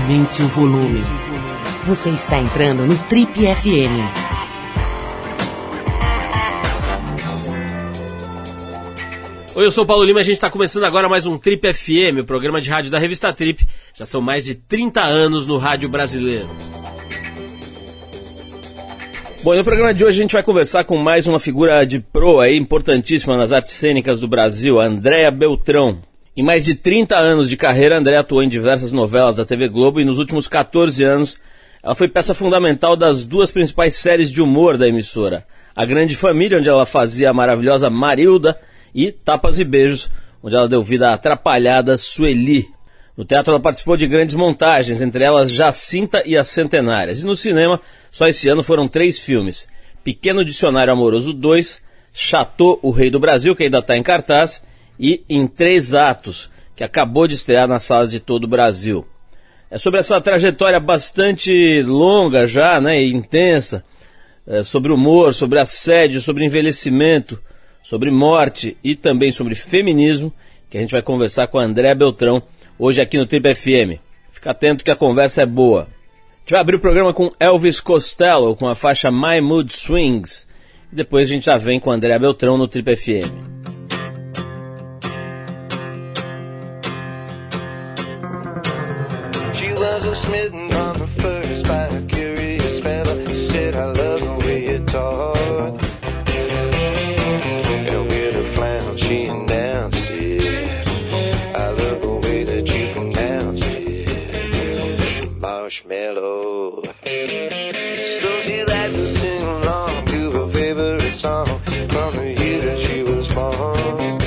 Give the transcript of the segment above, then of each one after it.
Aumente o volume. Você está entrando no Trip FM. Oi, eu sou o Paulo Lima e a gente está começando agora mais um Trip FM, o programa de rádio da revista Trip. Já são mais de 30 anos no rádio brasileiro. Bom, no programa de hoje a gente vai conversar com mais uma figura de proa aí, importantíssima nas artes cênicas do Brasil, a Andréa Beltrão. Em mais de 30 anos de carreira, a Andréa atuou em diversas novelas da TV Globo e nos últimos 14 anos ela foi peça fundamental das duas principais séries de humor da emissora. A Grande Família, onde ela fazia a maravilhosa Marilda, e Tapas e Beijos, onde ela deu vida à atrapalhada Sueli. No teatro ela participou de grandes montagens, entre elas Jacinta e as Centenárias. E no cinema, só esse ano foram 3 filmes. Pequeno Dicionário Amoroso 2, Chateau, o Rei do Brasil, que ainda está em cartaz, e Em 3 Atos, que acabou de estrear nas salas de todo o Brasil. É sobre essa trajetória bastante longa já, né, e intensa, sobre humor, sobre assédio, sobre envelhecimento, sobre morte e também sobre feminismo, que a gente vai conversar com a Andréa Beltrão hoje aqui no Trip FM. Fica atento que a conversa é boa. A gente vai abrir o programa com Elvis Costello, com a faixa My Mood Swings. E depois a gente já vem com a Andréa Beltrão no Trip FM. She was smitten on the first by a curious fella. She said, I love the way you talk. And with a flannel she announced it. I love the way that you pronounce it. Marshmallow. So she liked to sing along to her favorite song from the year that she was born.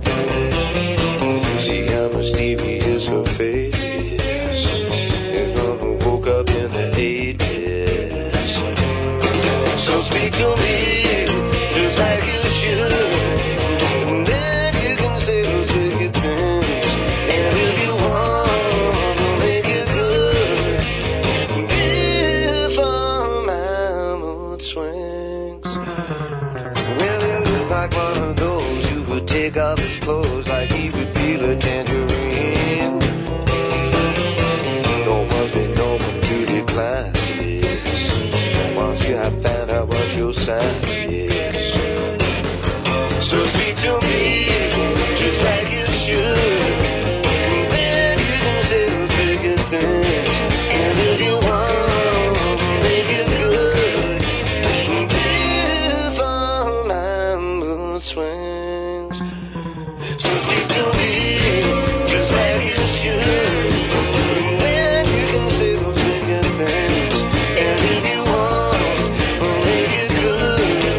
See how mysterious her face is. There's one who woke up in the 80s. So speak to me just like you should, and then you can say those wicked things. And if you want to make it good, before my mood swings. Well, you look like one of those who would take off his clothes like he would peel a tangerine. Don't must be no one to decline this. Once you have found out what your sign is. So speak to me just like you should, and then you can say those wicked things. And if you want to make it good, before my mood swings. So speak to me just like you should, and then you can say those wicked things. And if you want to make it good,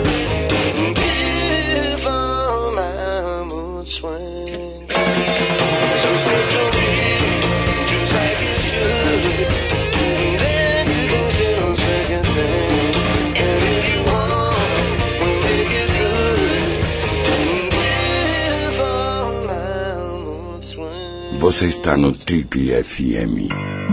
before my mood swings. So speak to me just like you should, and then you can say those wicked things. And if you want to make it good, before my mood swings. Você está no Trip FM.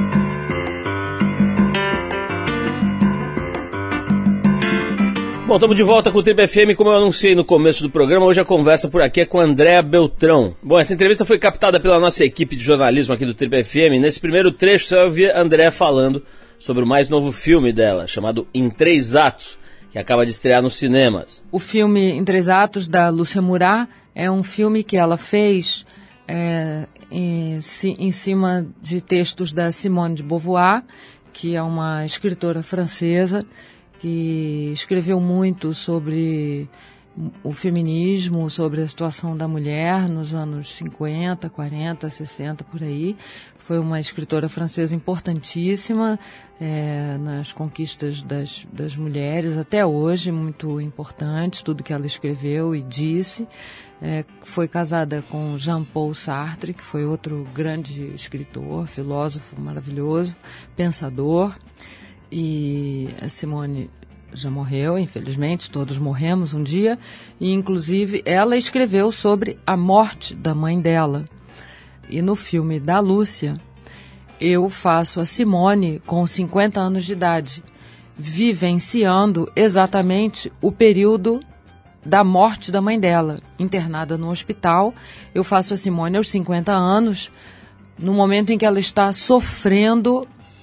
Bom, estamos de volta com o Trip FM, como eu anunciei no começo do programa. Hoje a conversa por aqui é com a Andréa Beltrão. Bom, essa entrevista foi captada pela nossa equipe de jornalismo aqui do Trip FM. Nesse primeiro trecho você vai ouvir a Andréa falando sobre o mais novo filme dela, chamado Em 3 Atos, que acaba de estrear nos cinemas. O filme Em 3 Atos, da Lúcia Murat, é um filme que ela fez em cima de textos da Simone de Beauvoir, que é uma escritora francesa que escreveu muito sobre o feminismo, sobre a situação da mulher nos anos 50, 40, 60, por aí. Foi uma escritora francesa importantíssima nas conquistas das mulheres, até hoje, muito importante, tudo que ela escreveu e disse. Foi casada com Jean-Paul Sartre, que foi outro grande escritor, filósofo maravilhoso, pensador. E a Simone já morreu, infelizmente, todos morremos um dia, e inclusive ela escreveu sobre a morte da mãe dela. E no filme da Lúcia, eu faço a Simone com 50 anos de idade, vivenciando exatamente o período da morte da mãe dela, internada no hospital. Eu faço a Simone aos 50 anos, no momento em que ela está sofrendo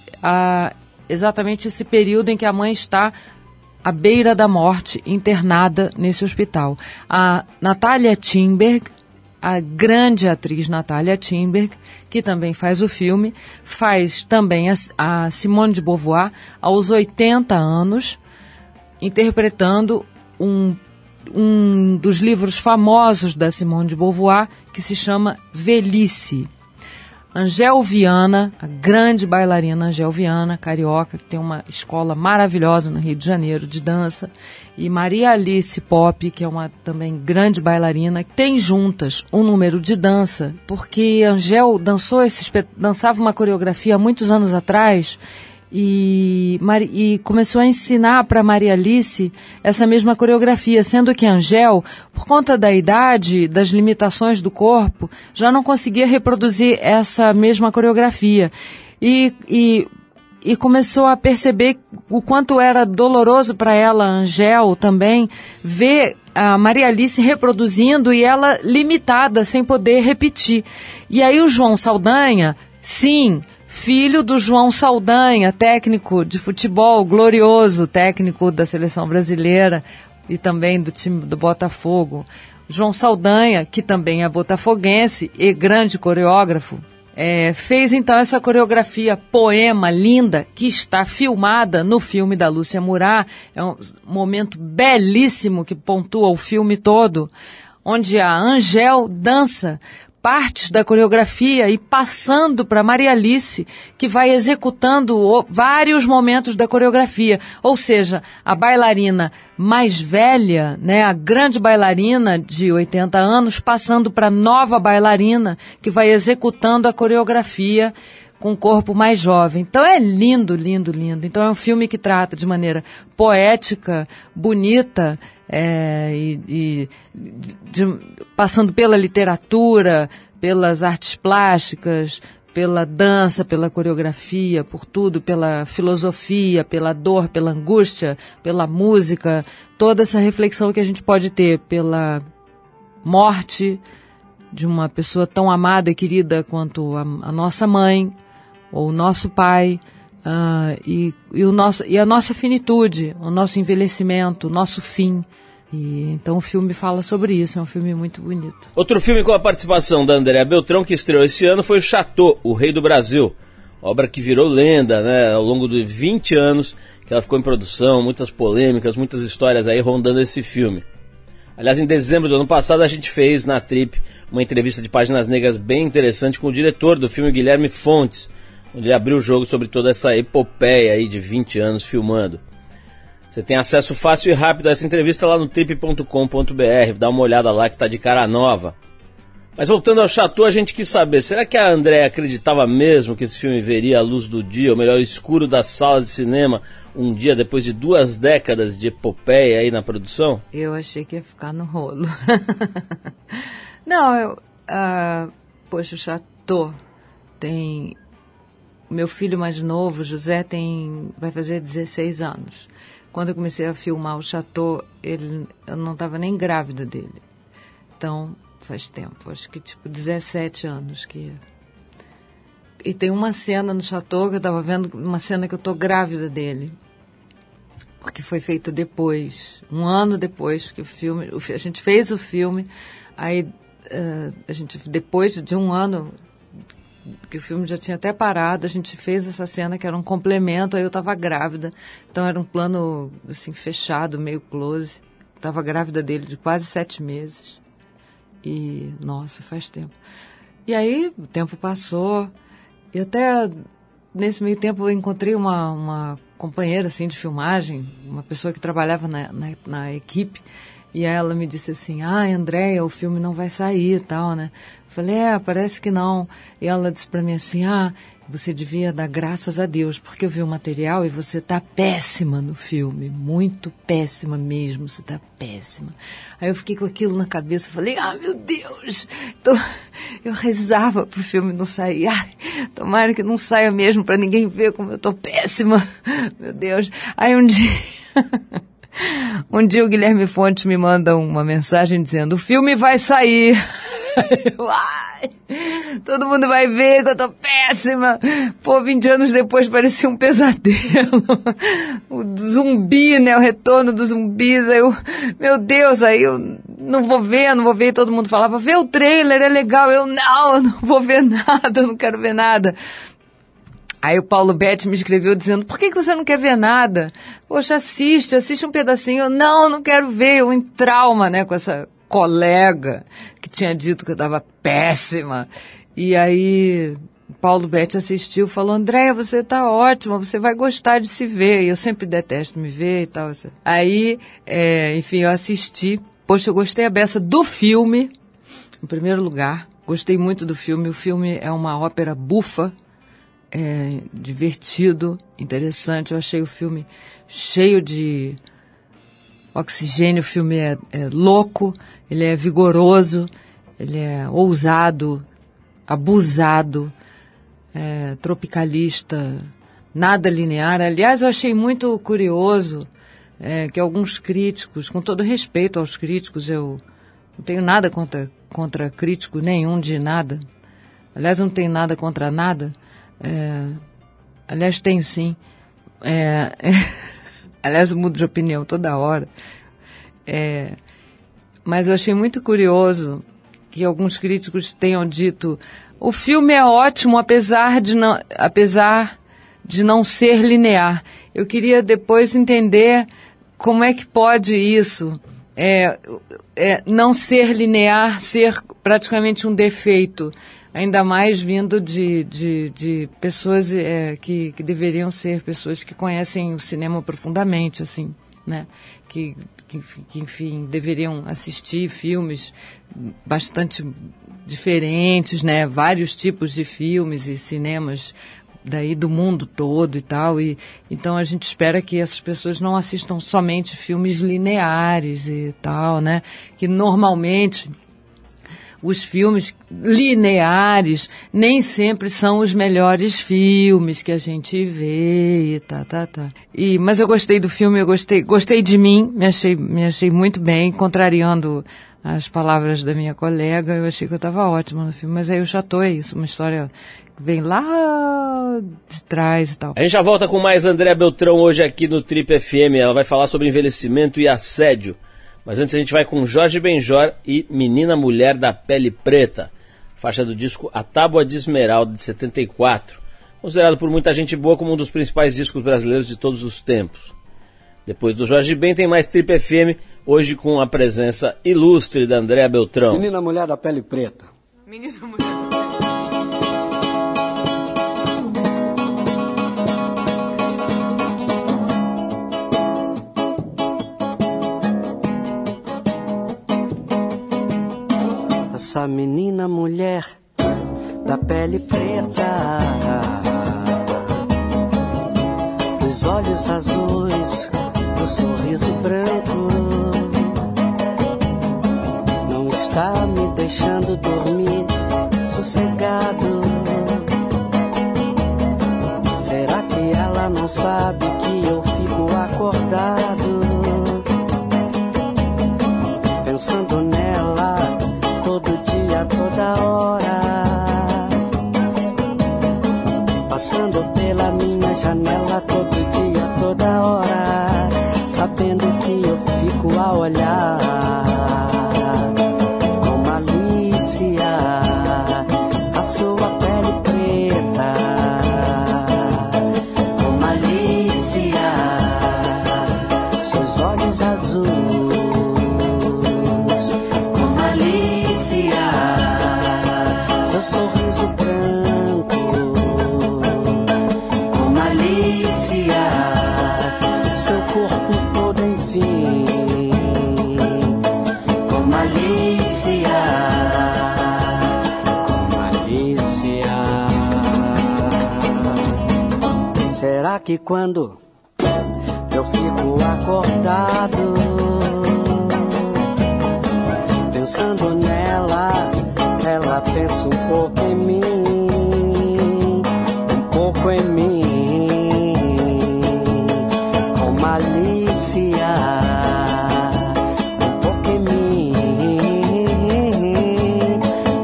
exatamente esse período em que a mãe está à beira da morte, internada nesse hospital. A Natalia Timberg, a grande atriz Natalia Timberg, que também faz o filme, faz também a Simone de Beauvoir aos 80 anos, interpretando um dos livros famosos da Simone de Beauvoir, que se chama Velhice. Angel Viana, a grande bailarina Angel Viana, carioca, que tem uma escola maravilhosa no Rio de Janeiro de dança, e Maria Alice Pop, que é uma também grande bailarina, tem juntas um número de dança, porque Angel dançava uma coreografia há muitos anos atrás, e começou a ensinar para Maria Alice essa mesma coreografia, sendo que Angel, por conta da idade, das limitações do corpo, já não conseguia reproduzir essa mesma coreografia. E começou a perceber o quanto era doloroso para ela, Angel, também, ver a Maria Alice reproduzindo e ela limitada, sem poder repetir. E aí o João Saldanha, sim, filho do João Saldanha, técnico de futebol, glorioso técnico da seleção brasileira e também do time do Botafogo. João Saldanha, que também é botafoguense e grande coreógrafo, fez então essa coreografia poema linda que está filmada no filme da Lúcia Murat. É um momento belíssimo que pontua o filme todo, onde a Angel dança partes da coreografia e passando para Maria Alice, que vai executando vários momentos da coreografia. Ou seja, a bailarina mais velha, né, a grande bailarina de 80 anos, passando para a nova bailarina, que vai executando a coreografia com um corpo mais jovem. Então é lindo, lindo, lindo. Então é um filme que trata de maneira poética, bonita, passando pela literatura, pelas artes plásticas, pela dança, pela coreografia, por tudo, pela filosofia, pela dor, pela angústia, pela música, toda essa reflexão que a gente pode ter pela morte de uma pessoa tão amada e querida quanto a nossa mãe ou o nosso pai, e a nossa finitude, o nosso envelhecimento, o nosso fim. E então o filme fala sobre isso, é um filme muito bonito. Outro filme com a participação da Andréa Beltrão, que estreou esse ano, foi o Chateau, O Rei do Brasil. Obra que virou lenda, né, ao longo de 20 anos que ela ficou em produção, muitas polêmicas, muitas histórias aí rondando esse filme. Aliás, em dezembro do ano passado a gente fez na Trip uma entrevista de Páginas Negras bem interessante com o diretor do filme, Guilherme Fontes, onde ele abriu o jogo sobre toda essa epopeia aí de 20 anos filmando. Você tem acesso fácil e rápido a essa entrevista lá no trip.com.br, dá uma olhada lá que tá de cara nova. Mas voltando ao Chateau, a gente quis saber, será que a Andréa acreditava mesmo que esse filme veria a luz do dia, ou melhor, o escuro das salas de cinema, um dia depois de 2 décadas de epopeia aí na produção? Eu achei que ia ficar no rolo. Não, poxa, o Chateau tem... Meu filho mais novo, José, vai fazer 16 anos. Quando eu comecei a filmar o Chateau, eu não estava nem grávida dele. Então, faz tempo, acho que tipo 17 anos que... E tem uma cena no Chateau que eu estava vendo, uma cena que eu estou grávida dele. Porque foi feita depois, um ano depois que a gente fez o filme, aí depois de um ano... que o filme já tinha até parado, a gente fez essa cena que era um complemento, aí eu estava grávida, então era um plano assim fechado, meio close, estava grávida dele de quase 7 meses, e nossa, faz tempo. E aí o tempo passou, e até nesse meio tempo eu encontrei uma companheira assim de filmagem, uma pessoa que trabalhava na equipe, e aí ela me disse assim, Andréia, o filme não vai sair e tal, né? Eu falei, parece que não. E ela disse pra mim assim, você devia dar graças a Deus, porque eu vi o material e você tá péssima no filme, muito péssima mesmo, você tá péssima. Aí eu fiquei com aquilo na cabeça, falei, meu Deus! Então, eu rezava pro filme não sair. Tomara que não saia mesmo, pra ninguém ver como eu tô péssima. Meu Deus. Aí um dia o Guilherme Fontes me manda uma mensagem dizendo, o filme vai sair. Ai, todo mundo vai ver que eu tô péssima. Pô, 20 anos depois parecia um pesadelo. O zumbi, né? O retorno dos zumbis. Aí eu, meu Deus, aí eu não vou ver. E todo mundo falava, vê o trailer, é legal. Eu não vou ver nada, não quero ver nada. Aí o Paulo Betti me escreveu dizendo, por que você não quer ver nada? Poxa, assiste um pedacinho. Eu, não quero ver. Eu em trauma, né, com essa colega que tinha dito que eu estava péssima. E aí o Paulo Betti assistiu, falou, Andréia, você tá ótima, você vai gostar de se ver. E eu sempre detesto me ver e tal. Aí, enfim, eu assisti. Poxa, eu gostei a beça do filme, em primeiro lugar. Gostei muito do filme. O filme é uma ópera bufa. Divertido, interessante. Eu achei o filme cheio de oxigênio. O filme é louco, ele é vigoroso, ele é ousado, abusado, tropicalista, nada linear. Aliás, eu achei muito curioso que alguns críticos, com todo respeito aos críticos, eu não tenho nada contra crítico nenhum de nada. Aliás, eu não tenho nada contra nada. Aliás, tenho sim. Aliás, eu mudo de opinião toda hora. Mas eu achei muito curioso que alguns críticos tenham dito o filme é ótimo, apesar de não ser linear. Eu queria depois entender como é que pode isso, não ser linear, ser praticamente um defeito. Ainda mais vindo de pessoas que deveriam ser pessoas que conhecem o cinema profundamente, assim, né? Que enfim, deveriam assistir filmes bastante diferentes, né? Vários tipos de filmes e cinemas daí do mundo todo e tal. E então a gente espera que essas pessoas não assistam somente filmes lineares e tal, né? Que normalmente os filmes lineares nem sempre são os melhores filmes que a gente vê e mas eu gostei do filme, eu gostei de mim, me achei muito bem, contrariando as palavras da minha colega, eu achei que eu estava ótima no filme, mas aí o Chateau é isso, uma história que vem lá de trás e tal. A gente já volta com mais Andréa Beltrão hoje aqui no Trip FM, ela vai falar sobre envelhecimento e assédio. Mas antes a gente vai com Jorge Benjor e Menina Mulher da Pele Preta, faixa do disco A Tábua de Esmeralda, de 74, considerado por muita gente boa como um dos principais discos brasileiros de todos os tempos. Depois do Jorge Ben tem mais Trip FM, hoje com a presença ilustre da Andréa Beltrão. Menina Mulher da Pele Preta. Menina Mulher da Pele Preta. Essa menina mulher da pele preta, os olhos azuis, o sorriso branco, não está me deixando dormir sossegado. Será que ela não sabe que eu fico acordado, pensando nela toda hora, passando pela minha janela todo dia, toda hora, sabendo que eu fico a olhar com malícia a sua pele preta, com malícia seus olhos azuis, com malícia seu sorriso branco, com malícia, seu corpo todo enfim, com malícia, com malícia. Será que quando eu fico acordado, pensando nela, ela pensa um pouco em mim, um pouco em mim, com malícia, um pouco em mim,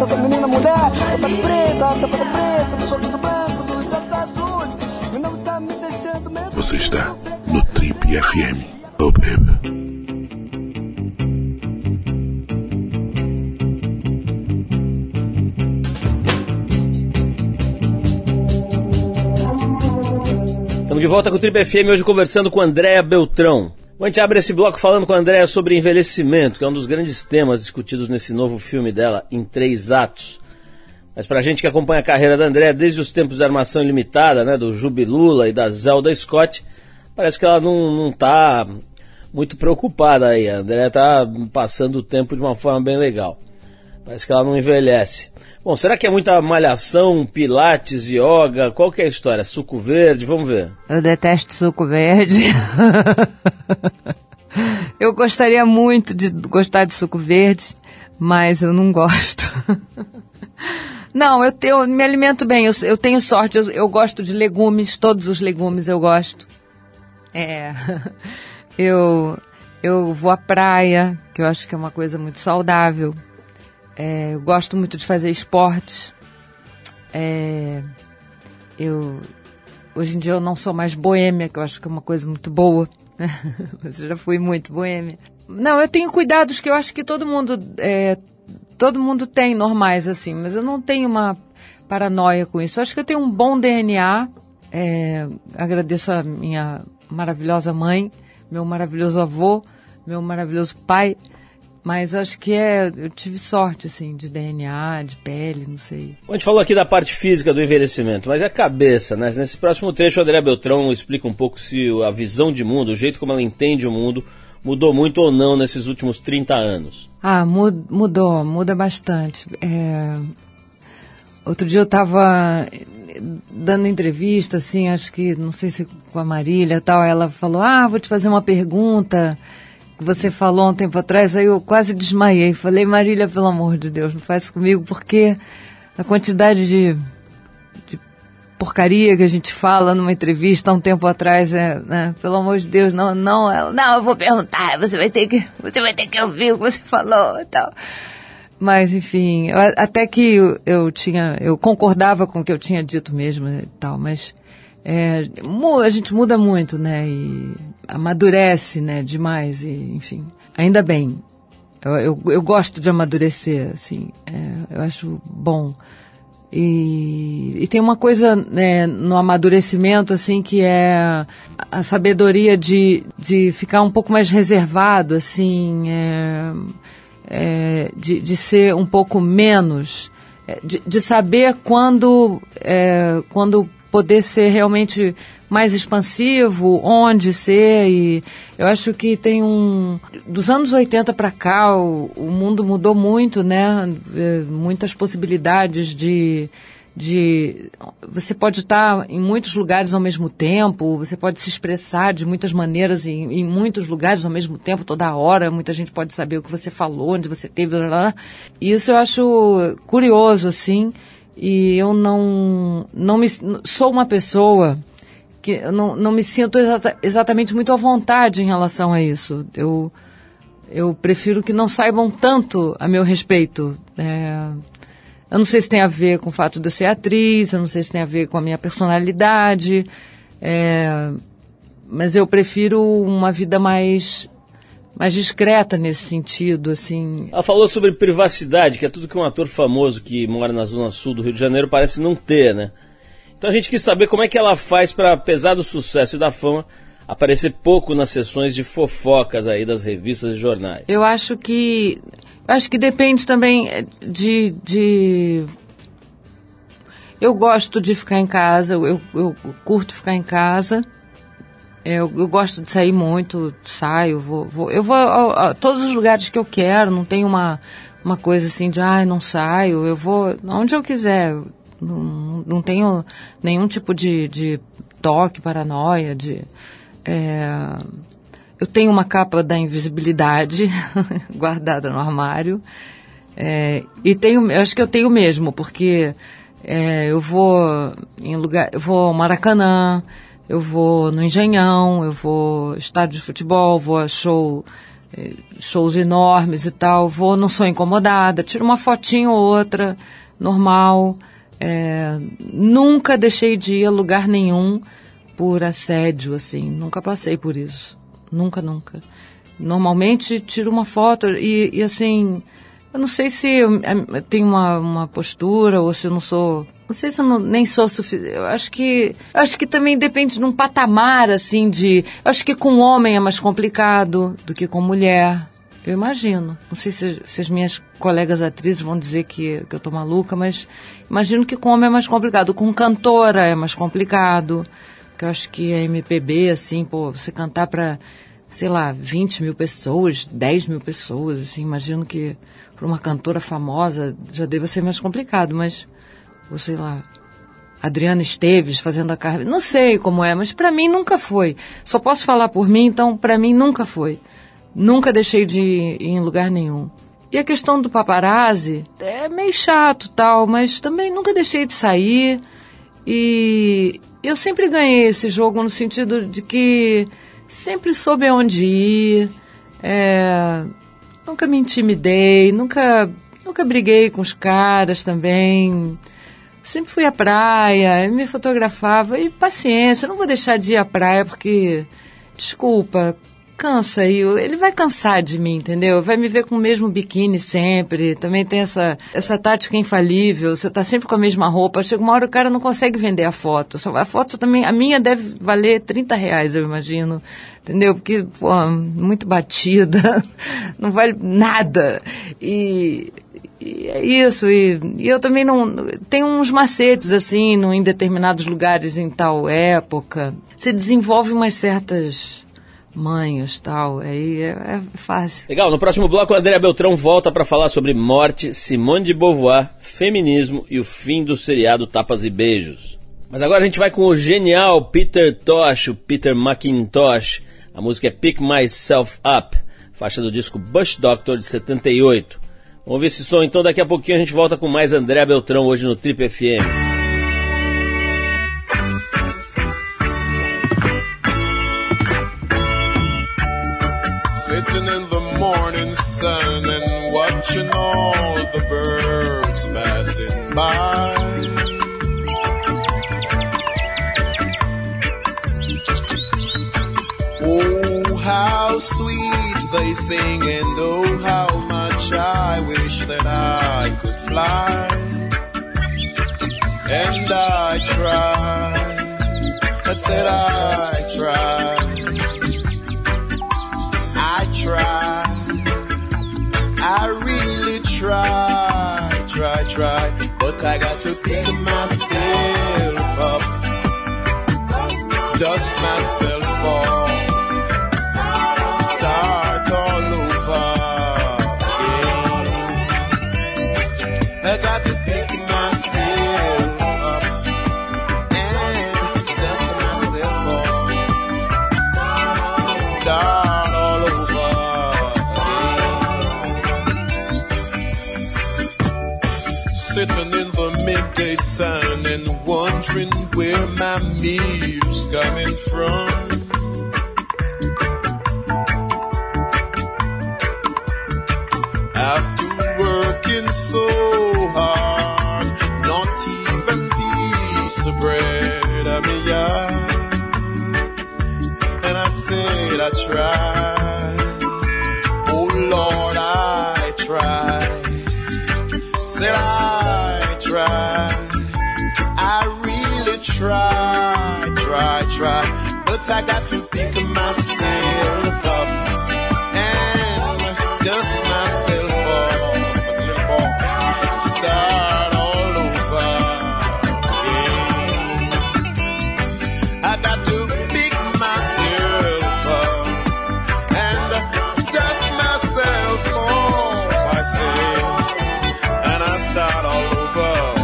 dessa menina mulher. Tapada preta, do sorriso branco, dos olhos azuis. Não tá me deixando mesmo. Você está no Trip FM. Oh, baby. Estamos de volta com o Trip FM, hoje conversando com Andréa Beltrão. A gente abre esse bloco falando com a Andréa sobre envelhecimento, que é um dos grandes temas discutidos nesse novo filme dela, Em 3 Atos. Mas pra gente que acompanha a carreira da Andréa desde os tempos da Armação Ilimitada, né, do Jubi Lula e da Zelda Scott, parece que ela não tá muito preocupada aí. A Andréa tá passando o tempo de uma forma bem legal. Parece que ela não envelhece. Bom, será que é muita malhação, pilates, yoga? Qual que é a história? Suco verde? Vamos ver. Eu detesto suco verde. Eu gostaria muito de gostar de suco verde, mas eu não gosto. Não, eu me alimento bem, eu tenho sorte, eu gosto de legumes, todos os legumes eu gosto. Eu vou à praia, que eu acho que é uma coisa muito saudável. Eu gosto muito de fazer esporte. Hoje em dia eu não sou mais boêmia, que eu acho que é uma coisa muito boa. Mas eu já fui muito boêmia. Não, eu tenho cuidados que eu acho que todo mundo tem, normais, assim. Mas eu não tenho uma paranoia com isso. Eu acho que eu tenho um bom DNA. Agradeço a minha maravilhosa mãe, meu maravilhoso avô, meu maravilhoso pai. Mas acho que eu tive sorte, assim, de DNA, de pele, não sei. A gente falou aqui da parte física do envelhecimento, mas é a cabeça, né? Nesse próximo trecho, a Andréa Beltrão explica um pouco se a visão de mundo, o jeito como ela entende o mundo, mudou muito ou não nesses últimos 30 anos. Muda bastante. Outro dia eu estava dando entrevista, assim, acho que, não sei se com a Marília e tal, ela falou, vou te fazer uma pergunta... Você falou um tempo atrás, aí eu quase desmaiei. Falei, Marília, pelo amor de Deus, não faz isso comigo, porque a quantidade de porcaria que a gente fala numa entrevista há um tempo atrás, né? Pelo amor de Deus, não, eu vou perguntar, você vai ter que ouvir o que você falou e tal. Mas, enfim, até que eu concordava com o que eu tinha dito mesmo e tal, mas a gente muda muito, né, e amadurece, né, demais, e, enfim, ainda bem. Eu gosto de amadurecer, assim, eu acho bom. E tem uma coisa, né, no amadurecimento, assim, que é a sabedoria de ficar um pouco mais reservado, assim, de ser um pouco menos, de saber quando poder ser realmente mais expansivo, onde ser, e eu acho que tem dos anos 80 para cá, o mundo mudou muito, né, muitas possibilidades de você pode estar em muitos lugares ao mesmo tempo, você pode se expressar de muitas maneiras em muitos lugares ao mesmo tempo, toda hora, muita gente pode saber o que você falou, onde você teve, blá, blá. E isso eu acho curioso, assim, e eu sou uma pessoa que eu não me sinto exatamente muito à vontade em relação a isso. Eu prefiro que não saibam tanto a meu respeito. Eu não sei se tem a ver com o fato de eu ser atriz, eu não sei se tem a ver com a minha personalidade, mas eu prefiro uma vida mais discreta nesse sentido, assim. Ela falou sobre privacidade, que é tudo que um ator famoso que mora na zona sul do Rio de Janeiro parece não ter, né? Então a gente quis saber como é que ela faz para, apesar do sucesso e da fama, aparecer pouco nas sessões de fofocas aí das revistas e jornais. Eu acho que depende também eu gosto de ficar em casa, eu curto ficar em casa. Eu gosto de sair muito, saio, eu vou a todos os lugares que eu quero, não tenho uma coisa assim de, não saio, eu vou onde eu quiser, não tenho nenhum tipo de toque, paranoia, eu tenho uma capa da invisibilidade guardada no armário, e eu acho que eu tenho mesmo, porque eu vou ao Maracanã, eu vou no Engenhão, eu vou estádio de futebol, vou a show shows enormes e tal, vou, não sou incomodada, tiro uma fotinho ou outra, normal. Nunca deixei de ir a lugar nenhum por assédio, assim, nunca passei por isso, nunca. Normalmente tiro uma foto e assim, eu não sei se eu tenho uma postura ou se eu não sou... Não sei se eu nem sou suficiente. Eu acho que também depende de um patamar, assim, de... Eu acho que com homem é mais complicado do que com mulher. Eu imagino. Não sei se as minhas colegas atrizes vão dizer que eu tô maluca, mas imagino que com homem é mais complicado. Com cantora é mais complicado. Porque eu acho que a MPB, assim, pô, você cantar pra, sei lá, 20 mil pessoas, 10 mil pessoas, assim, imagino que pra uma cantora famosa já deva ser mais complicado, mas... ou sei lá, Adriana Esteves fazendo a carreira, não sei como é, mas pra mim nunca foi. Só posso falar por mim, então pra mim nunca foi. Nunca deixei de ir em lugar nenhum. E a questão do paparazzi é meio chato tal, mas também nunca deixei de sair. E eu sempre ganhei esse jogo no sentido de que sempre soube aonde ir, nunca me intimidei, nunca briguei com os caras também. Sempre fui à praia, me fotografava e paciência, não vou deixar de ir à praia porque, desculpa, cansa aí, ele vai cansar de mim, entendeu? Vai me ver com o mesmo biquíni sempre, também tem essa tática infalível, você tá sempre com a mesma roupa, chega uma hora o cara não consegue vender a foto também, a minha deve valer R$30, eu imagino, entendeu? Porque, pô, muito batida, não vale nada, E é isso, e eu também não... Tem uns macetes, assim, em determinados lugares em tal época. Você desenvolve umas certas manhas, tal, aí é fácil. Legal, no próximo bloco a Andréa Beltrão volta para falar sobre morte, Simone de Beauvoir, feminismo e o fim do seriado Tapas e Beijos. Mas agora a gente vai com o genial Peter Tosh, o Peter McIntosh. A música é Pick Myself Up, faixa do disco Bush Doctor de 78. Vamos ver esse som, então daqui a pouquinho a gente volta com mais Andréa Beltrão hoje no Trip FM. Sitting in the morning sun and watching all the birds passing by. Oh, how sweet they sing and oh, how much I wish that I could fly. And I tried, I said I tried, I really tried, but I got to pick myself up, dust myself off, start all over again. I got to pick myself up and dust myself off, start all over again. Sitting in the midday sun and wondering where my meal's coming from. After working so hard, not even piece of bread I mean, yeah. And I said I tried, oh Lord I tried, said I tried, I really tried, but I got to pick myself up and dust myself off, start all over again. I got to pick myself up and dust myself off, I say, and I start all over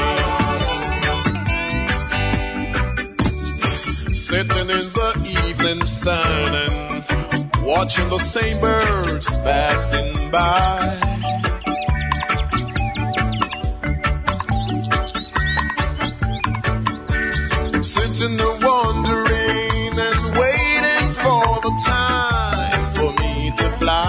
again. Sitting in the evening sun and watching the same birds passing by. Sitting there wondering and waiting for the time for me to fly.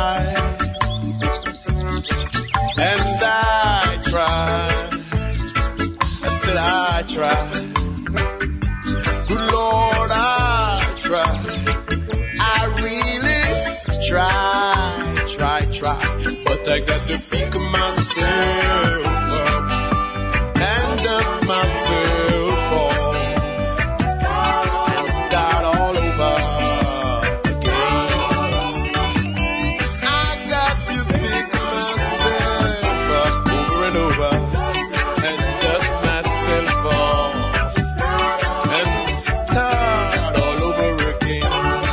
try. Good Lord, I try. I really try. But I got to pick myself up and dust myself off and start all over again. I got to pick myself up over and over and dust myself off and start all over again.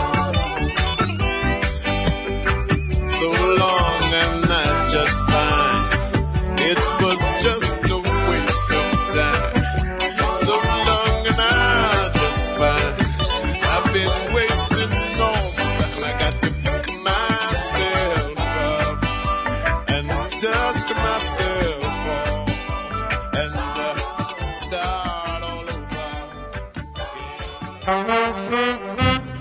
So long and not just fine. It was just a waste of time. So long and not just fine. I've been wasting all the time. I got to pick myself up and dust myself off and start all over.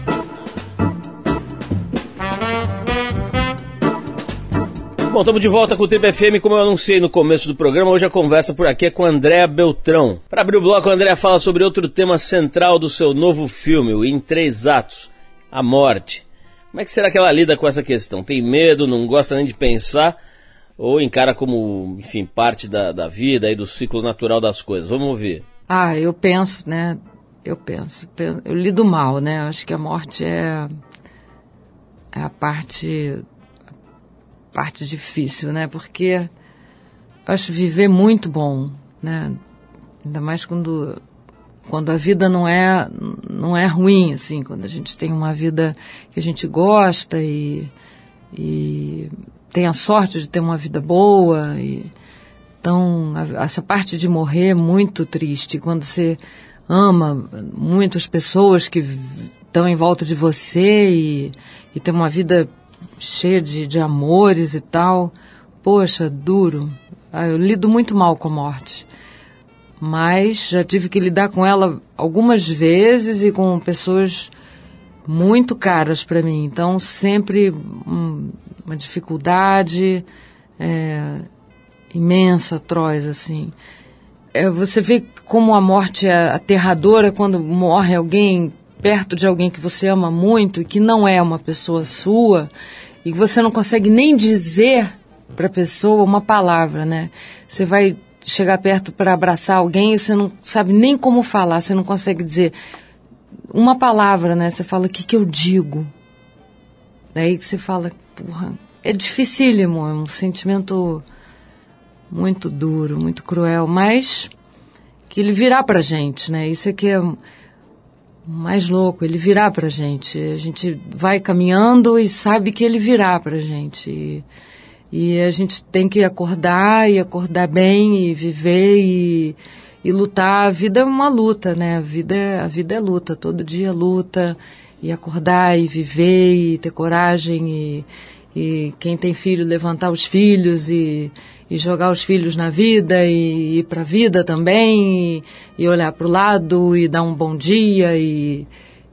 Bom, estamos de volta com o Trip FM, como eu anunciei no começo do programa. Hoje a conversa por aqui é com a Andréa Beltrão. Para abrir o bloco, a Andréa fala sobre outro tema central do seu novo filme, o Em 3 Atos, a morte. Como é que será que ela lida com essa questão? Tem medo, não gosta nem de pensar, ou encara como, enfim, parte da vida e do ciclo natural das coisas? Vamos ouvir. Eu penso, né? Eu lido mal, né? Eu acho que a morte é a parte difícil, né? Porque eu acho viver muito bom, né? Ainda mais quando a vida não é ruim, assim, quando a gente tem uma vida que a gente gosta e tem a sorte de ter uma vida boa. Então, essa parte de morrer é muito triste. Quando você ama muitas pessoas que estão em volta de você e tem uma vida cheia de amores e tal, poxa, duro. Eu lido muito mal com a morte, mas já tive que lidar com ela algumas vezes e com pessoas muito caras para mim, então sempre uma dificuldade imensa, atroz, assim. Você vê como a morte é aterradora quando morre alguém perto de alguém que você ama muito e que não é uma pessoa sua, e você não consegue nem dizer para a pessoa uma palavra, né? Você vai chegar perto para abraçar alguém e você não sabe nem como falar, você não consegue dizer uma palavra, né? Você fala, o que eu digo? Daí que você fala, porra, é dificílimo, é um sentimento muito duro, muito cruel, mas que ele virá pra gente, né? Isso aqui é mais louco, ele virá pra gente. A gente vai caminhando e sabe que ele virá pra gente. E a gente tem que acordar bem e viver e lutar. A vida é uma luta, né? A vida é luta, todo dia luta. E acordar e viver e ter coragem e quem tem filho levantar os filhos e jogar os filhos na vida e ir para a vida também e olhar para o lado e dar um bom dia e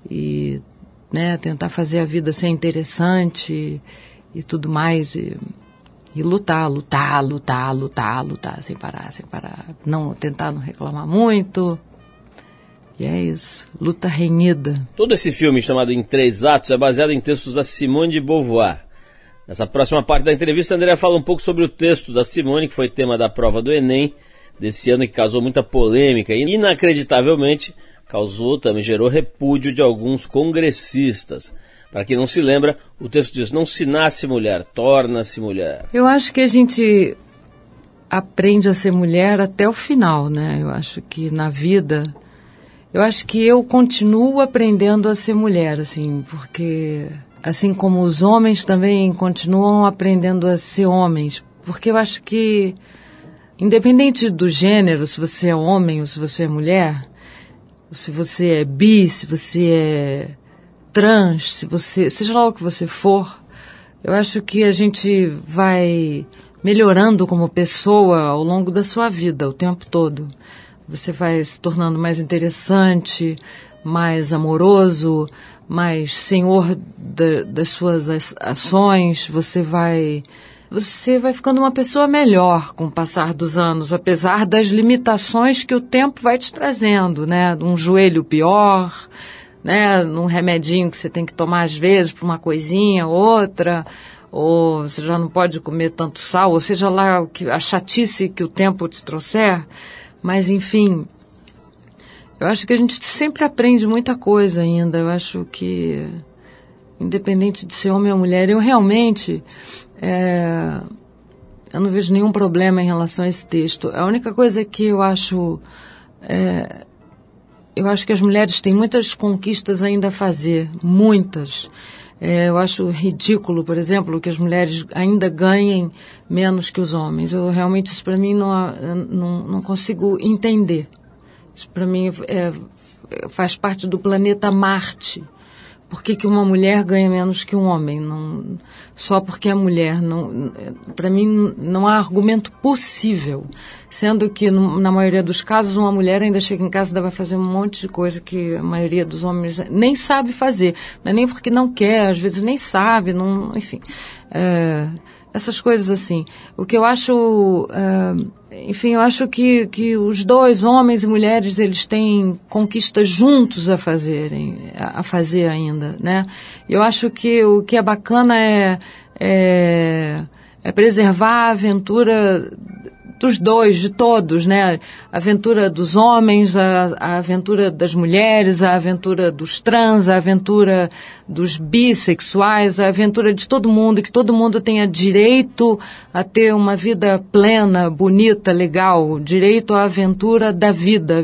né, tentar fazer a vida ser interessante e tudo mais e lutar sem parar, tentar não reclamar muito. E é isso, luta renhida. Todo esse filme chamado Em 3 Atos é baseado em textos da Simone de Beauvoir. Nessa próxima parte da entrevista, a Andréa fala um pouco sobre o texto da Simone, que foi tema da prova do Enem desse ano, que causou muita polêmica e, inacreditavelmente, gerou repúdio de alguns congressistas. Para quem não se lembra, o texto diz, não se nasce mulher, torna-se mulher. Eu acho que a gente aprende a ser mulher até o final, né? Eu acho que na vida... Eu acho que eu continuo aprendendo a ser mulher, assim, porque... Assim como os homens também continuam aprendendo a ser homens. Porque eu acho que, independente do gênero, se você é homem ou se você é mulher, se você é bi, se você é trans, se você, seja lá o que você for, eu acho que a gente vai melhorando como pessoa ao longo da sua vida, o tempo todo. Você vai se tornando mais interessante, mais amoroso, mais senhor das suas ações, você vai você vai ficando uma pessoa melhor com o passar dos anos, apesar das limitações que o tempo vai te trazendo, né? Um joelho pior, né? Um remedinho que você tem que tomar às vezes para uma coisinha, outra, ou você já não pode comer tanto sal, ou seja lá a chatice que o tempo te trouxer. Mas, enfim, eu acho que a gente sempre aprende muita coisa ainda. Eu acho que, independente de ser homem ou mulher, eu realmente... eu não vejo nenhum problema em relação a esse texto. A única coisa que eu acho que as mulheres têm muitas conquistas ainda a fazer, muitas. Eu acho ridículo, por exemplo, que as mulheres ainda ganhem menos que os homens. Realmente, isso para mim não consigo entender. Isso para mim faz parte do planeta Marte. Por que uma mulher ganha menos que um homem? Não, só porque é mulher. Para mim, não há argumento possível. Sendo que, na maioria dos casos, uma mulher ainda chega em casa e vai fazer um monte de coisa que a maioria dos homens nem sabe fazer. Não é nem porque não quer, às vezes nem sabe, enfim. Essas coisas assim. O que eu acho... enfim, eu acho que os dois, homens e mulheres, eles têm conquistas juntos a fazer ainda, né? Eu acho que o que é bacana é preservar a aventura dos dois, de todos, né? A aventura dos homens, a aventura das mulheres, a aventura dos trans, a aventura dos bissexuais, a aventura de todo mundo, que todo mundo tenha direito a ter uma vida plena, bonita, legal, direito à aventura da vida,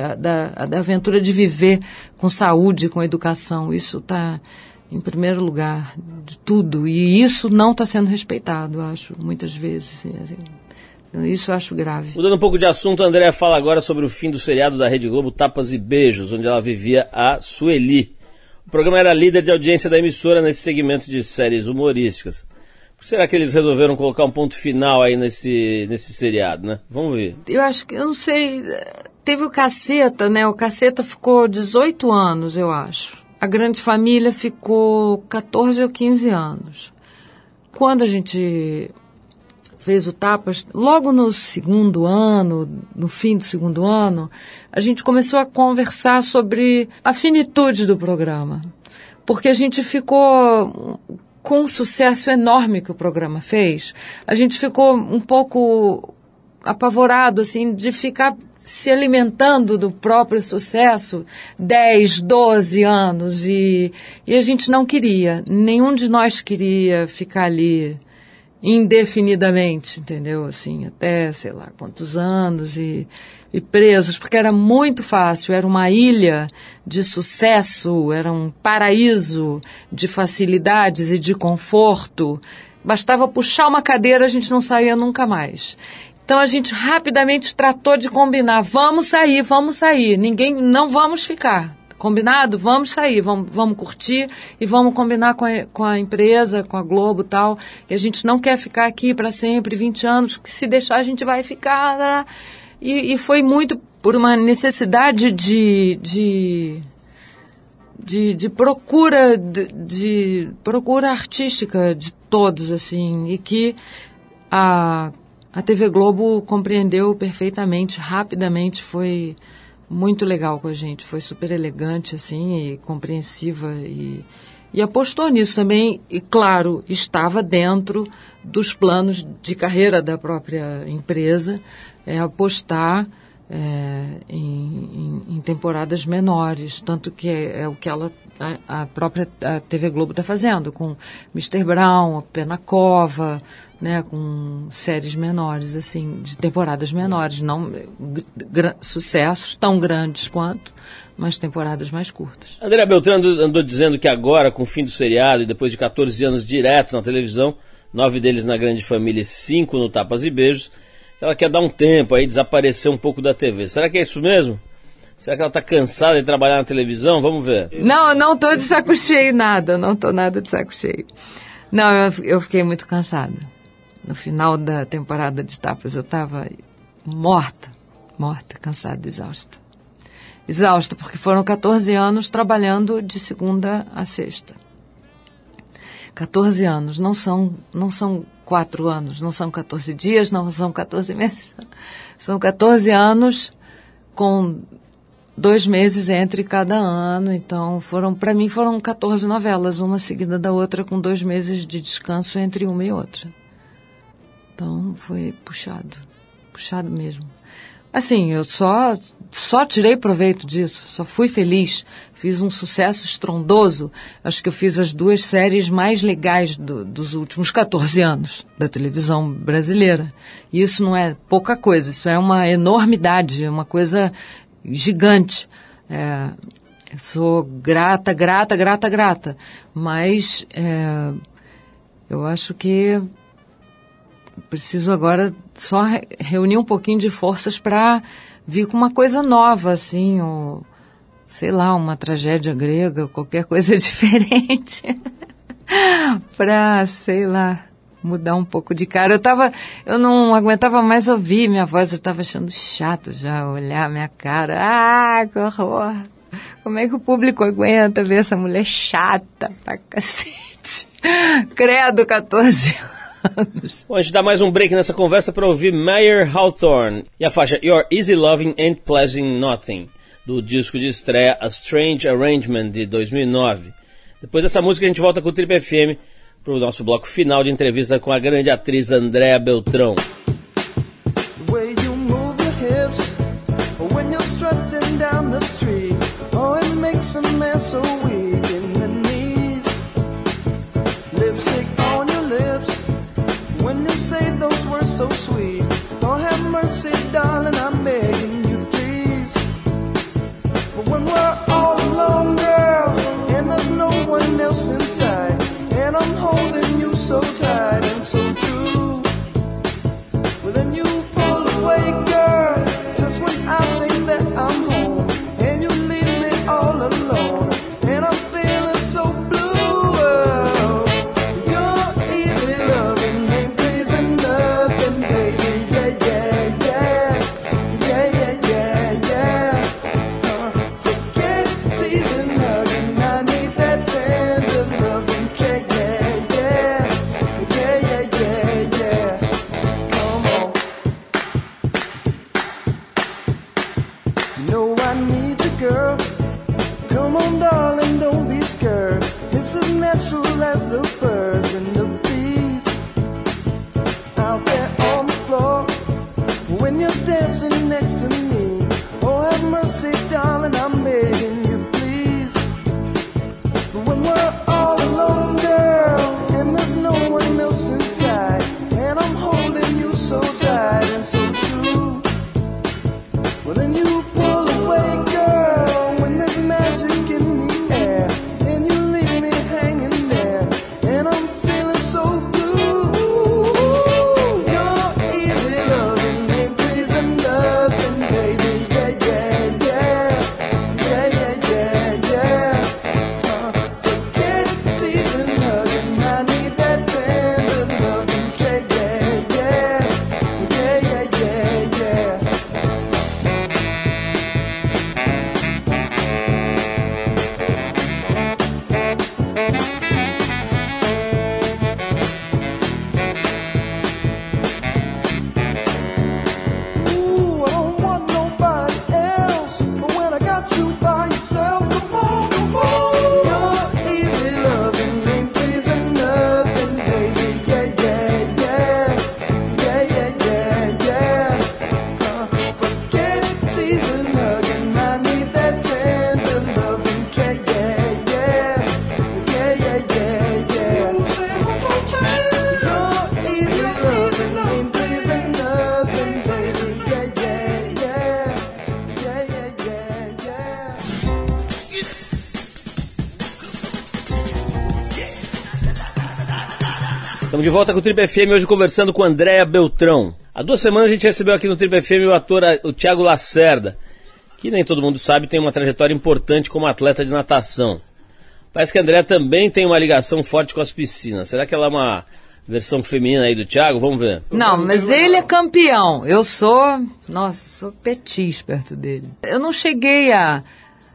da aventura de viver com saúde, com educação. Isso está em primeiro lugar de tudo, e isso não está sendo respeitado, eu acho, muitas vezes, assim. Isso eu acho grave. Mudando um pouco de assunto, a Andréa fala agora sobre o fim do seriado da Rede Globo Tapas e Beijos, onde ela vivia a Sueli. O programa era líder de audiência da emissora nesse segmento de séries humorísticas. Por que será que eles resolveram colocar um ponto final aí nesse seriado, né? Vamos ver. Eu não sei, teve o Caceta, né? O Caceta ficou 18 anos, eu acho. A Grande Família ficou 14 ou 15 anos. Quando a gente fez o Tapas, logo no segundo ano, no fim do segundo ano, a gente começou a conversar sobre a finitude do programa. Porque a gente ficou, com o sucesso enorme que o programa fez, a gente ficou um pouco apavorado, assim, de ficar se alimentando do próprio sucesso 10, 12 anos. E a gente não queria, nenhum de nós queria ficar ali indefinidamente, entendeu? Assim, até, sei lá, quantos anos e presos, porque era muito fácil, era uma ilha de sucesso, era um paraíso de facilidades e de conforto. Bastava puxar uma cadeira, a gente não saía nunca mais. Então a gente rapidamente tratou de combinar, vamos sair, não vamos ficar. Combinado? Vamos sair, vamos curtir e vamos combinar com a empresa, com a Globo e tal. E a gente não quer ficar aqui para sempre, 20 anos, porque se deixar a gente vai ficar. E foi muito por uma necessidade de procura, de procura artística de todos, assim, e que a TV Globo compreendeu perfeitamente, rapidamente, foi muito legal com a gente, foi super elegante, assim, e compreensiva, e apostou nisso também, e claro, estava dentro dos planos de carreira da própria empresa, apostar em temporadas menores, tanto que é o que a própria TV Globo está fazendo, com Mr. Brown, A Pé na Cova, né, com séries menores, assim, de temporadas menores, não sucessos tão grandes quanto, mas temporadas mais curtas. Andréa Beltrão andou dizendo que agora, com o fim do seriado e depois de 14 anos direto na televisão, 9 deles na Grande Família e 5 no Tapas e Beijos, ela quer dar um tempo aí, desaparecer um pouco da TV. Será que é isso mesmo? Será que ela está cansada de trabalhar na televisão? Vamos ver. Não estou de saco cheio nada, não estou nada de saco cheio. Não, eu fiquei muito cansada. No final da temporada de Tapas eu estava morta, cansada, exausta. Exausta, porque foram 14 anos trabalhando de segunda a sexta. 14 anos, não são 4 anos, não são 14 dias, não são 14 meses. São 14 anos com 2 meses entre cada ano. Então, para mim foram 14 novelas, uma seguida da outra, com 2 meses de descanso entre uma e outra. Então, foi puxado mesmo. Assim, eu só tirei proveito disso, só fui feliz. Fiz um sucesso estrondoso. Acho que eu fiz as 2 séries mais legais dos últimos 14 anos da televisão brasileira. E isso não é pouca coisa, isso é uma enormidade, é uma coisa gigante. Eu sou grata. Mas eu acho que preciso agora só reunir um pouquinho de forças para vir com uma coisa nova, assim, sei lá, uma tragédia grega, qualquer coisa diferente, para, sei lá, mudar um pouco de cara. Eu não aguentava mais ouvir minha voz, eu estava achando chato já olhar minha cara. Ah, que horror! Como é que o público aguenta ver essa mulher chata pra cacete? Credo, 14 anos. Bom, a gente dá mais um break nessa conversa para ouvir Mayer Hawthorne e a faixa Your Easy Loving Ain't Pleasing Nothing, do disco de estreia A Strange Arrangement, de 2009. Depois dessa música a gente volta com o Trip FM para o nosso bloco final de entrevista com a grande atriz Andréa Beltrão. So sweet, oh have mercy, darling, I'm begging you, please. But when we're all alone, girl, and there's no one else inside, and I'm holding you so tight and so true, well then you pull away, girl, just when I think that I'm home, and you leave me all alone, and I'm feeling so blue. Estamos de volta com o Trip FM, hoje conversando com Andréa Beltrão. Há 2 semanas a gente recebeu aqui no Trip FM o ator o Thiago Lacerda, que nem todo mundo sabe tem uma trajetória importante como atleta de natação. Parece que a Andréa também tem uma ligação forte com as piscinas. Será que ela é uma versão feminina aí do Thiago? Vamos ver. Não, mas ele é campeão. Eu sou petis perto dele. Eu não cheguei a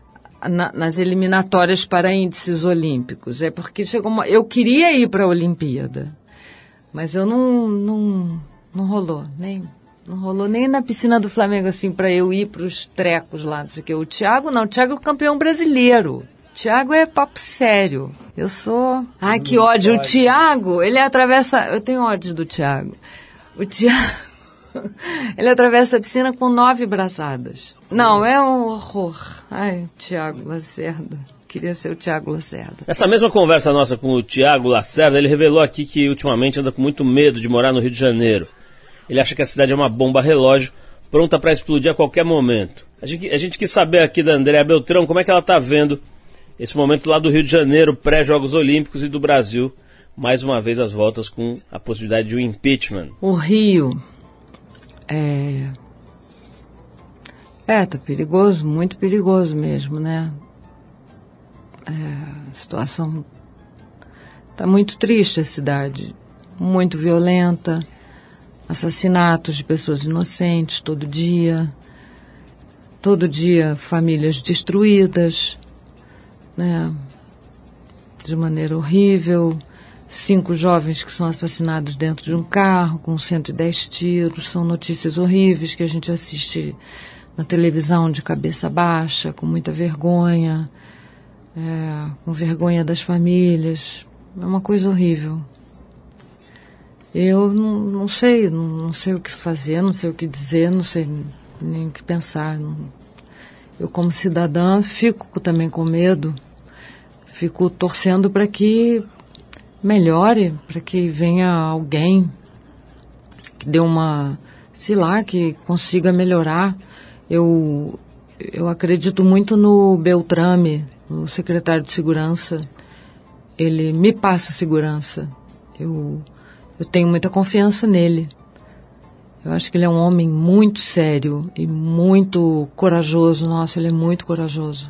nas eliminatórias para índices olímpicos. É porque eu queria ir para a Olimpíada, mas eu não rolou, não rolou nem na piscina do Flamengo, assim, para eu ir para os trecos lá, não sei o que. O Thiago não, o Thiago é o campeão brasileiro. O Thiago é papo sério. Eu sou... Ai, que ódio. O Thiago, ele atravessa... Eu tenho ódio do Thiago. O Thiago... Ele atravessa a piscina com 9 braçadas. Não, é um horror. Ai, Thiago Lacerda. Queria ser o Thiago Lacerda. Nessa mesma conversa nossa com o Thiago Lacerda, ele revelou aqui que ultimamente anda com muito medo de morar no Rio de Janeiro. Ele acha que a cidade é uma bomba relógio, pronta para explodir a qualquer momento. A gente quis saber aqui da Andréa Beltrão como é que ela está vendo esse momento lá do Rio de Janeiro, pré-Jogos Olímpicos, e do Brasil, mais uma vez as voltas com a possibilidade de um impeachment. O Rio tá perigoso, muito perigoso mesmo, né? A situação tá muito triste, a cidade, muito violenta. Assassinatos de pessoas inocentes todo dia famílias destruídas, né, de maneira horrível, 5 jovens que são assassinados dentro de um carro com 110 tiros, são notícias horríveis que a gente assiste na televisão de cabeça baixa, com muita vergonha, com vergonha das famílias, é uma coisa horrível. Eu não sei o que fazer, não sei o que dizer, não sei nem o que pensar. Eu, como cidadã, fico também com medo, fico torcendo para que melhore, para que venha alguém que dê que consiga melhorar. Eu acredito muito no Beltrame, o secretário de Segurança. Ele me passa segurança. Eu tenho muita confiança nele. Eu acho que ele é um homem muito sério e muito corajoso. Nossa, ele é muito corajoso.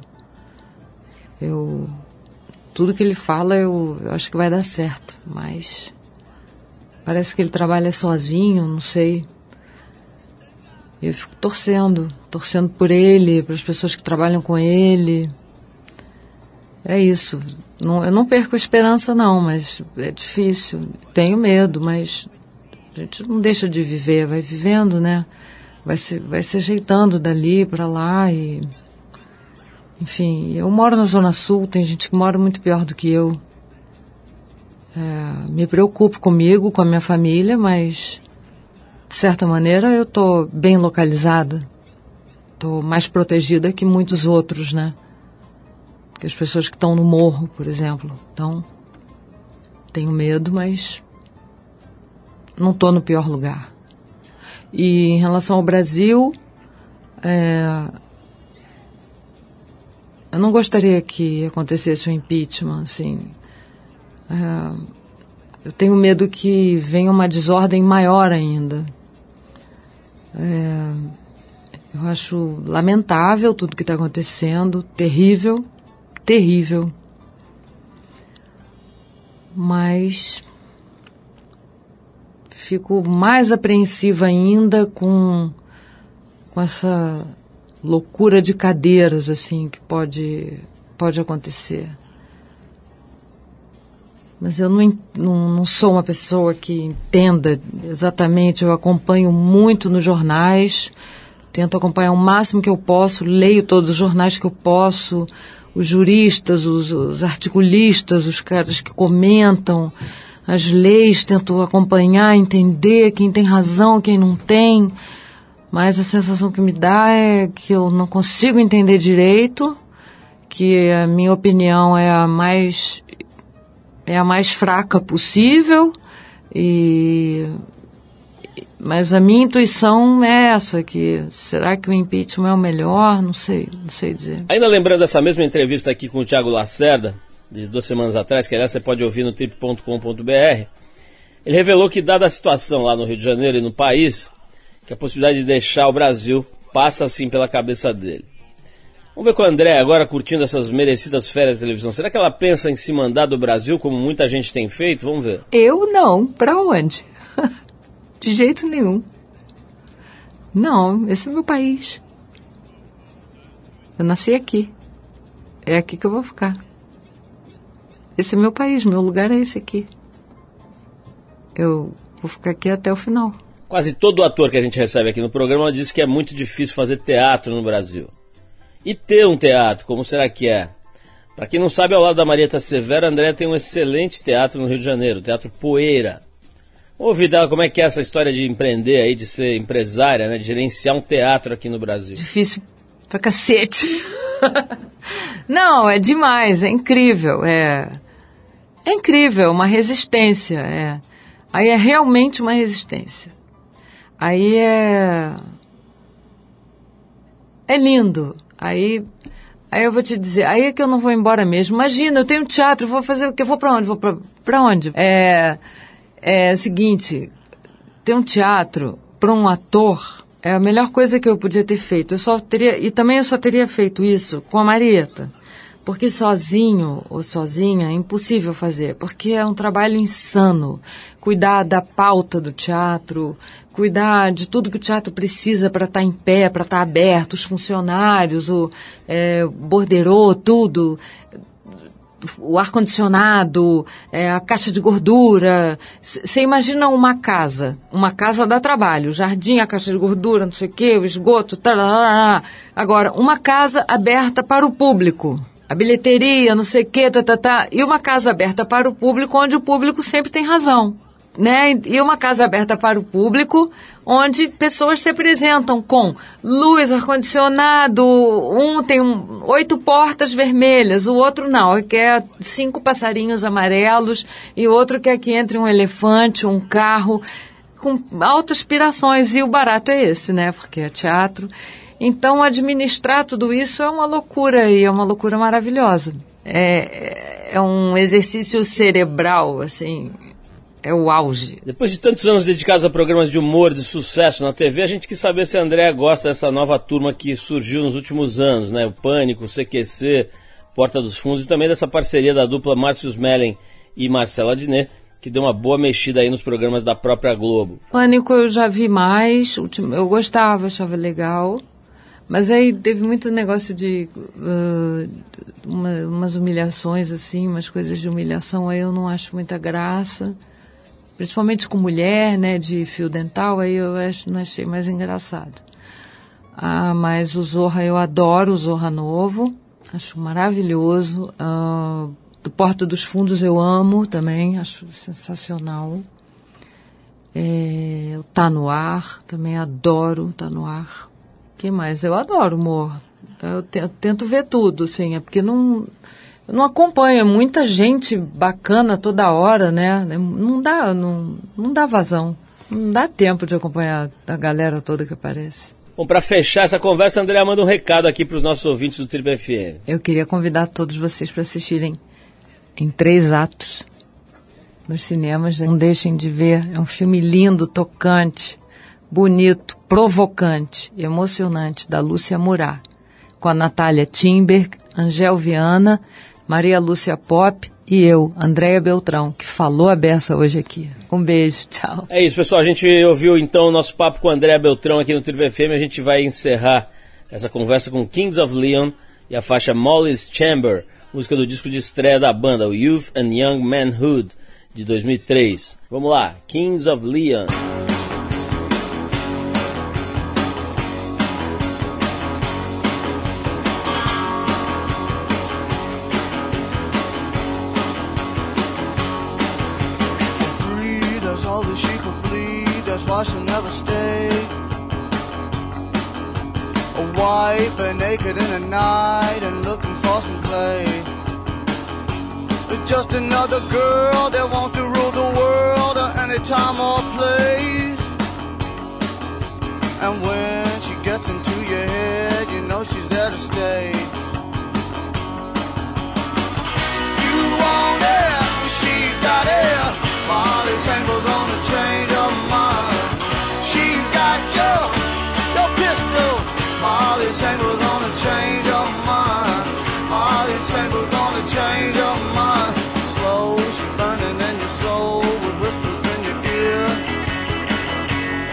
Tudo que ele fala, eu acho que vai dar certo. Mas parece que ele trabalha sozinho, não sei. Eu fico torcendo por ele, para as pessoas que trabalham com ele. É isso. Eu não perco a esperança, não, mas é difícil. Tenho medo, mas a gente não deixa de viver, vai vivendo, né? Vai se ajeitando dali para lá e... Enfim, eu moro na Zona Sul, tem gente que mora muito pior do que eu. Me preocupo comigo, com a minha família, mas... De certa maneira, eu estou bem localizada. Estou mais protegida que muitos outros, né? Que as pessoas que estão no morro, por exemplo. Então, tenho medo, mas não estou no pior lugar. E em relação ao Brasil, eu não gostaria que acontecesse um impeachment, assim. Eu tenho medo que venha uma desordem maior ainda. Eu acho lamentável tudo que está acontecendo, terrível. Mas fico mais apreensiva ainda com essa loucura de cadeiras, assim, que pode acontecer. Mas eu não sou uma pessoa que entenda exatamente, eu acompanho muito nos jornais, tento acompanhar o máximo que eu posso, leio todos os jornais que eu posso, os juristas, os articulistas, os caras que comentam as leis, tento acompanhar, entender quem tem razão, quem não tem, mas a sensação que me dá é que eu não consigo entender direito, que a minha opinião é a mais fraca possível, mas a minha intuição é essa, que será que o impeachment é o melhor? Não sei dizer. Ainda lembrando dessa mesma entrevista aqui com o Thiago Lacerda, de 2 semanas atrás, que aliás você pode ouvir no trip.com.br, ele revelou que, dada a situação lá no Rio de Janeiro e no país, que a possibilidade de deixar o Brasil passa assim pela cabeça dele. Vamos ver com a Andréa agora, curtindo essas merecidas férias de televisão. Será que ela pensa em se mandar do Brasil, como muita gente tem feito? Vamos ver. Eu não. Pra onde? De jeito nenhum. Não, esse é o meu país. Eu nasci aqui. é aqui que eu vou ficar. Esse é meu país, meu lugar é esse aqui. Eu vou ficar aqui até o final. Quase todo ator que a gente recebe aqui no programa diz que é muito difícil fazer teatro no Brasil. E ter um teatro, como será que é? Para quem não sabe, ao lado da Marieta Severo, a Andréa tem um excelente teatro no Rio de Janeiro, o Teatro Poeira. Vamos ouvir dela como é que é essa história de empreender aí, de ser empresária, né, de gerenciar um teatro aqui no Brasil. Difícil pra cacete. Não, é demais, é incrível, é incrível, uma resistência, Aí é realmente uma resistência. Aí é lindo. Aí eu vou te dizer, aí é que eu não vou embora mesmo. Imagina, eu tenho teatro, vou fazer o quê? Vou pra onde? Vou pra onde? É o seguinte, ter um teatro para um ator é a melhor coisa que eu podia ter feito. Eu só teria feito isso com a Marieta. Porque sozinho ou sozinha é impossível fazer, porque é um trabalho insano. Cuidar da pauta do teatro, cuidar de tudo que o teatro precisa para estar em pé, para estar aberto, os funcionários, o borderô, tudo, o ar-condicionado, a caixa de gordura. Você imagina uma casa dá trabalho, o jardim, a caixa de gordura, não sei o quê, o esgoto, tarará. Agora, uma casa aberta para o público. A bilheteria, não sei o quê, e uma casa aberta para o público, onde o público sempre tem razão, né? E uma casa aberta para o público, onde pessoas se apresentam com luz, ar-condicionado, um tem 8 portas vermelhas, o outro não, quer 5 passarinhos amarelos, e o outro quer que entre um elefante, um carro, com altas aspirações, e o barato é esse, né? Porque é teatro. Então, administrar tudo isso é uma loucura, e é uma loucura maravilhosa. É um exercício cerebral, assim, é o auge. Depois de tantos anos dedicados a programas de humor, de sucesso na TV, a gente quis saber se a Andréa gosta dessa nova turma que surgiu nos últimos anos, né? O Pânico, o CQC, Porta dos Fundos, e também dessa parceria da dupla Márcio Smelling e Marcelo Adnet, que deu uma boa mexida aí nos programas da própria Globo. Pânico eu já vi mais, eu gostava, achava legal. Mas aí teve muito negócio de umas humilhações, assim, umas coisas de humilhação, aí eu não acho muita graça. Principalmente com mulher, né, de fio dental, aí eu não achei mais engraçado. Mas o Zorra, eu adoro o Zorra novo, acho maravilhoso. Do Porta dos Fundos eu amo também, acho sensacional. O Tá No Ar, também adoro Tá No Ar. O que mais? Eu adoro humor. Eu tento ver tudo, assim, porque eu não acompanho muita gente bacana toda hora, né? Não dá vazão. Não dá tempo de acompanhar a galera toda que aparece. Bom, para fechar essa conversa, a Andréa manda um recado aqui para os nossos ouvintes do Trip FM. Eu queria convidar todos vocês para assistirem em 3 atos nos cinemas. Não deixem de ver. É um filme lindo, tocante, bonito, provocante e emocionante, da Lúcia Murat, com a Natália Timber, Angel Viana, Maria Lúcia Pop e eu, Andréa Beltrão, que falou a beça hoje aqui. Um beijo, tchau. É isso, pessoal, a gente ouviu então o nosso papo com a Andréa Beltrão aqui no Trip FM. A gente vai encerrar essa conversa com Kings of Leon e a faixa Molly's Chamber, música do disco de estreia da banda, o Youth and Young Manhood, de 2003. Vamos lá, Kings of Leon. Why she'll never stay. A wife, but naked in the night and looking for some play. But just another girl that wants to rule the world at any time or place. And when she gets into your head, you know she's there to stay. You want it, she's got it. Molly's Chamber's gonna change her mind. She's got your pistol. Molly's Chamber's gonna change her mind. Molly's Chamber's gonna change her mind. Slow, she's burning in your soul with whispers in your ear.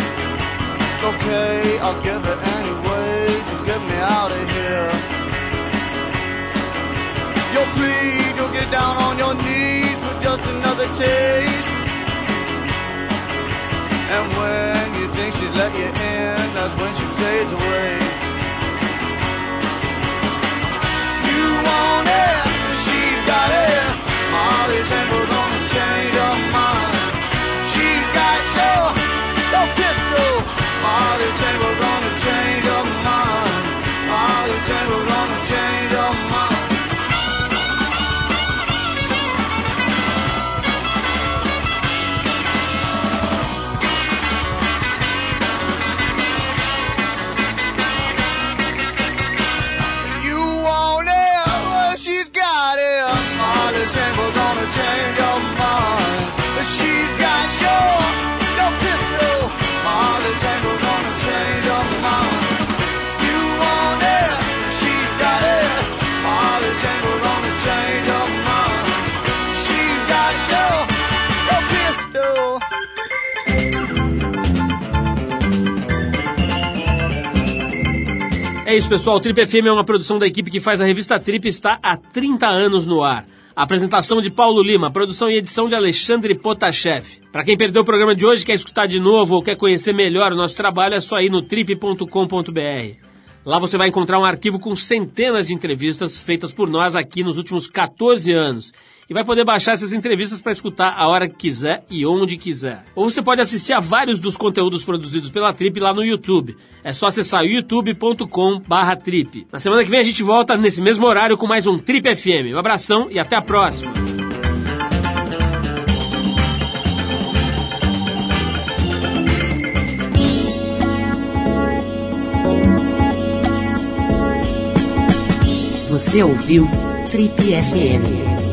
It's okay, I'll give it anyway. Just get me out of here. she'll plead, you'll get down on your knees for just another taste. And when you think she'd let you in, that's when she fades away. You want it, she's got it. Molly's ever gonna change her mind. She's got your pistol. Molly's ever gonna change her mind. Molly's ever gonna change her mind. Change your mind. She's got your pistol. Molly's ever gonna change your mind. You want it, she's got it. Molly's ever gonna change your mind. She's got your pistol. É isso, pessoal. O Trip FM é uma produção da equipe que faz a revista Trip e está há 30 anos no ar. A apresentação de Paulo Lima, produção e edição de Alexandre Potashev. Para quem perdeu o programa de hoje, quer escutar de novo ou quer conhecer melhor o nosso trabalho, é só ir no trip.com.br. Lá você vai encontrar um arquivo com centenas de entrevistas feitas por nós aqui nos últimos 14 anos. E vai poder baixar essas entrevistas para escutar a hora que quiser e onde quiser. Ou você pode assistir a vários dos conteúdos produzidos pela Trip lá no YouTube. É só acessar youtube.com/trip. Na semana que vem a gente volta nesse mesmo horário com mais um Trip FM. Um abração e até a próxima. Você ouviu Trip FM.